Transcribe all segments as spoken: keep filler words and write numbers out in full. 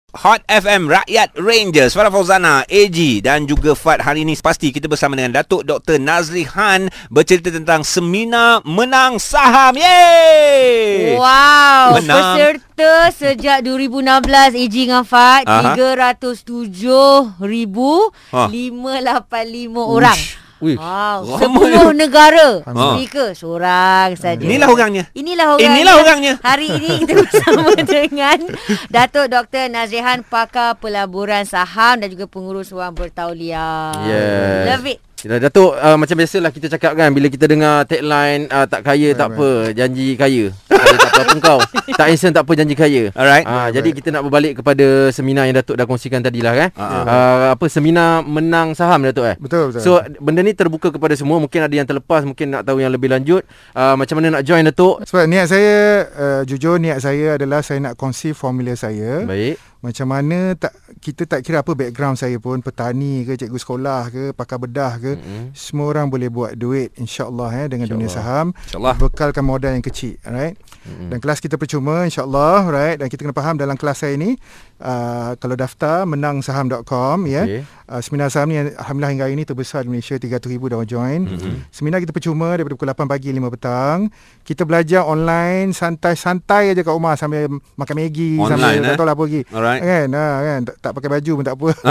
Hot F M Rakyat Rangers, Farah Fauzana, A G dan juga Fad. Hari ini pasti kita bersama dengan Datuk Doktor Nazrihan bercerita tentang seminar menang saham. Yeay! Wow, menang. Peserta sejak dua ribu enam belas A G dengan Fad, tiga ratus tujuh ribu lima ratus lapan puluh lima orang. Wih. Wow, sepuluh negara. Ha. Speaker seorang saja. Inilah orangnya. Inilah orangnya. Inilah orangnya. Hari ini kita bersama dengan Datuk Doktor Nazrihan, pakar pelaburan saham dan juga pengurus wang bertauliah. Yes. Love it. Datuk, uh, macam biasalah kita cakap kan, bila kita dengar tagline uh, tak kaya tak apa, janji kaya. Kaya tak apa kau. Tak instant tak apa, janji kaya. Alright. Uh, jadi kita nak berbalik kepada seminar yang Datuk dah kongsikan tadilah kan. Uh-huh. Uh, apa seminar menang saham Datuk eh? Betul, betul. So benda ni terbuka kepada semua, mungkin ada yang terlepas, mungkin nak tahu yang lebih lanjut. Uh, macam mana nak join Datuk? Sebab niat saya, uh, jujur niat saya adalah saya nak kongsi formula saya. Baik. Macam mana tak, kita tak kira apa background saya pun, petani ke, cikgu sekolah ke, pakar bedah ke, mm-hmm. semua orang boleh buat duit insya-Allah eh, dengan insya dunia saham. Insya-Allah. Bekalkan modal yang kecil, alright. Mm-hmm. Dan kelas kita percuma insya-Allah, right. Dan kita kena faham dalam kelas saya ni, uh, kalau daftar menang saham dot com ya. Okay. Uh, seminar saham ni alhamdulillah hingga hari ni terbesar di Malaysia, tiga ratus ribu dah join. Mm-hmm. Seminar kita percuma daripada pukul lapan pagi lima petang. Kita belajar online, santai-santai aja kat rumah sambil makan Maggi, online, sambil eh? tak tahu lah apa lagi. Alright. Kan, ha, kan tak, tak pakai baju pun tak apa.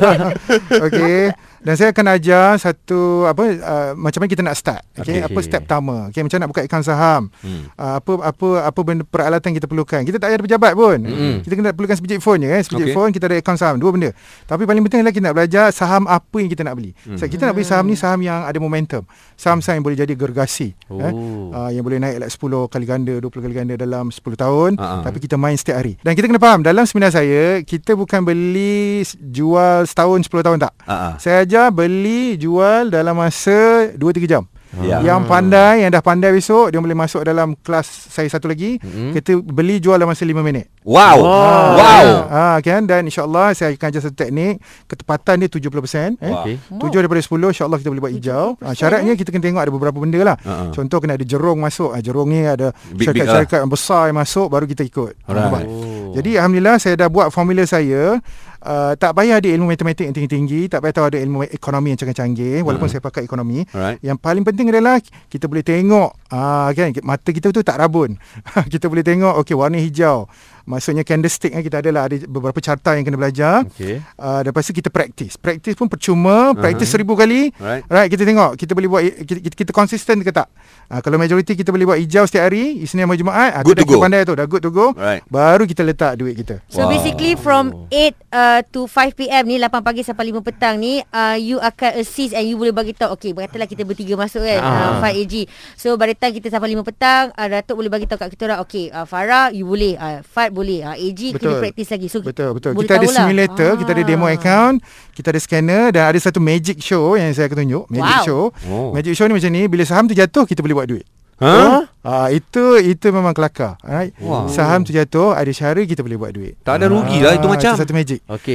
Okey. Dan saya akan ajar satu apa uh, macam mana kita nak start. Okey, okay. Apa step pertama? Okey, macam nak buka akaun saham. Hmm. Uh, apa apa apa benda peralatan kita perlukan. Kita tak payah ada pejabat pun. Hmm. Kita kena perlukan sebiji phone je kan, sebiji okay. phone, kita ada akaun saham, dua benda. Tapi paling penting adalah kita nak belajar saham apa yang kita nak beli. Hmm. So, kita nak beli saham ni saham yang ada momentum. Saham-saham yang boleh jadi gergasi. Oh. Eh? Uh, yang boleh naik like sepuluh kali ganda, dua puluh kali ganda dalam sepuluh tahun. Uh-huh. Tapi kita main setiap hari. Dan kita kena faham, dalam seminar saya, kita bukan beli jual setahun sepuluh tahun tak. Uh-huh. Saya ajar beli jual dalam masa dua tiga jam. Yeah. Yang pandai, yang dah pandai besok, dia boleh masuk dalam kelas saya satu lagi. Mm-hmm. Kita beli jual dalam masa lima minit. Wow. Wow. wow. Ha, kan? Dan insyaAllah saya akan ajar satu teknik. Ketepatan dia tujuh puluh peratus. Eh? Okay. tujuh daripada sepuluh insyaAllah kita boleh buat hijau. Ha, syaratnya kita kena tengok ada beberapa benda lah. Uh-huh. Contoh kena ada jerung masuk. Ha, jerung ni ada syarikat-syarikat yang besar yang masuk, baru kita ikut. Alright. Oh. Jadi alhamdulillah saya dah buat formula saya. Uh, tak payah ada ilmu matematik yang tinggi-tinggi, tak payah tahu ada ilmu ekonomi yang canggih-canggih, walaupun uh-huh. saya pakai ekonomi. Alright. Yang paling penting adalah kita boleh tengok, uh, kan, mata kita tu tak rabun. Kita boleh tengok, okey, warna hijau, maksudnya candlestick eh, kita adalah ada beberapa carta yang kena belajar. Okay. Uh, dan lepas tu kita praktis. Praktis pun percuma, praktis uh-huh. seribu kali. Right. right, kita tengok kita boleh buat, kita, kita, kita konsisten ke tak. Uh, kalau majoriti kita boleh buat hijau setiap hari, Isnin sama Jumaat, good dah to go. Pandai tu, dah good to go. Right. Baru kita letak duit kita. So wow. basically from eight uh, to five P M ni, lapan pagi sampai lima petang ni, uh, you akan assist and you boleh bagi tahu, okey, berkatalah kita bertiga masuk kan, uh, Fad, A G. So by the time kita sampai lima petang, uh, Datuk boleh bagi tahu kat kita orang, okey, uh, Farah you boleh, uh, Fad boleh, uh, A G betul. Kena praktis lagi. So betul betul. Kita ada simulator, ah. kita ada demo account, kita ada scanner, dan ada satu magic show yang saya akan tunjuk. Magic wow. show. Oh. Magic show ni macam ni, bila saham tu jatuh kita boleh buat duit. Ha? Ah, itu itu memang kelakar. Alright. Wow. Saham tu jatuh, ada cara kita boleh buat duit. Tak ada rugi lah, itu ah, macam itu satu magic. Okey.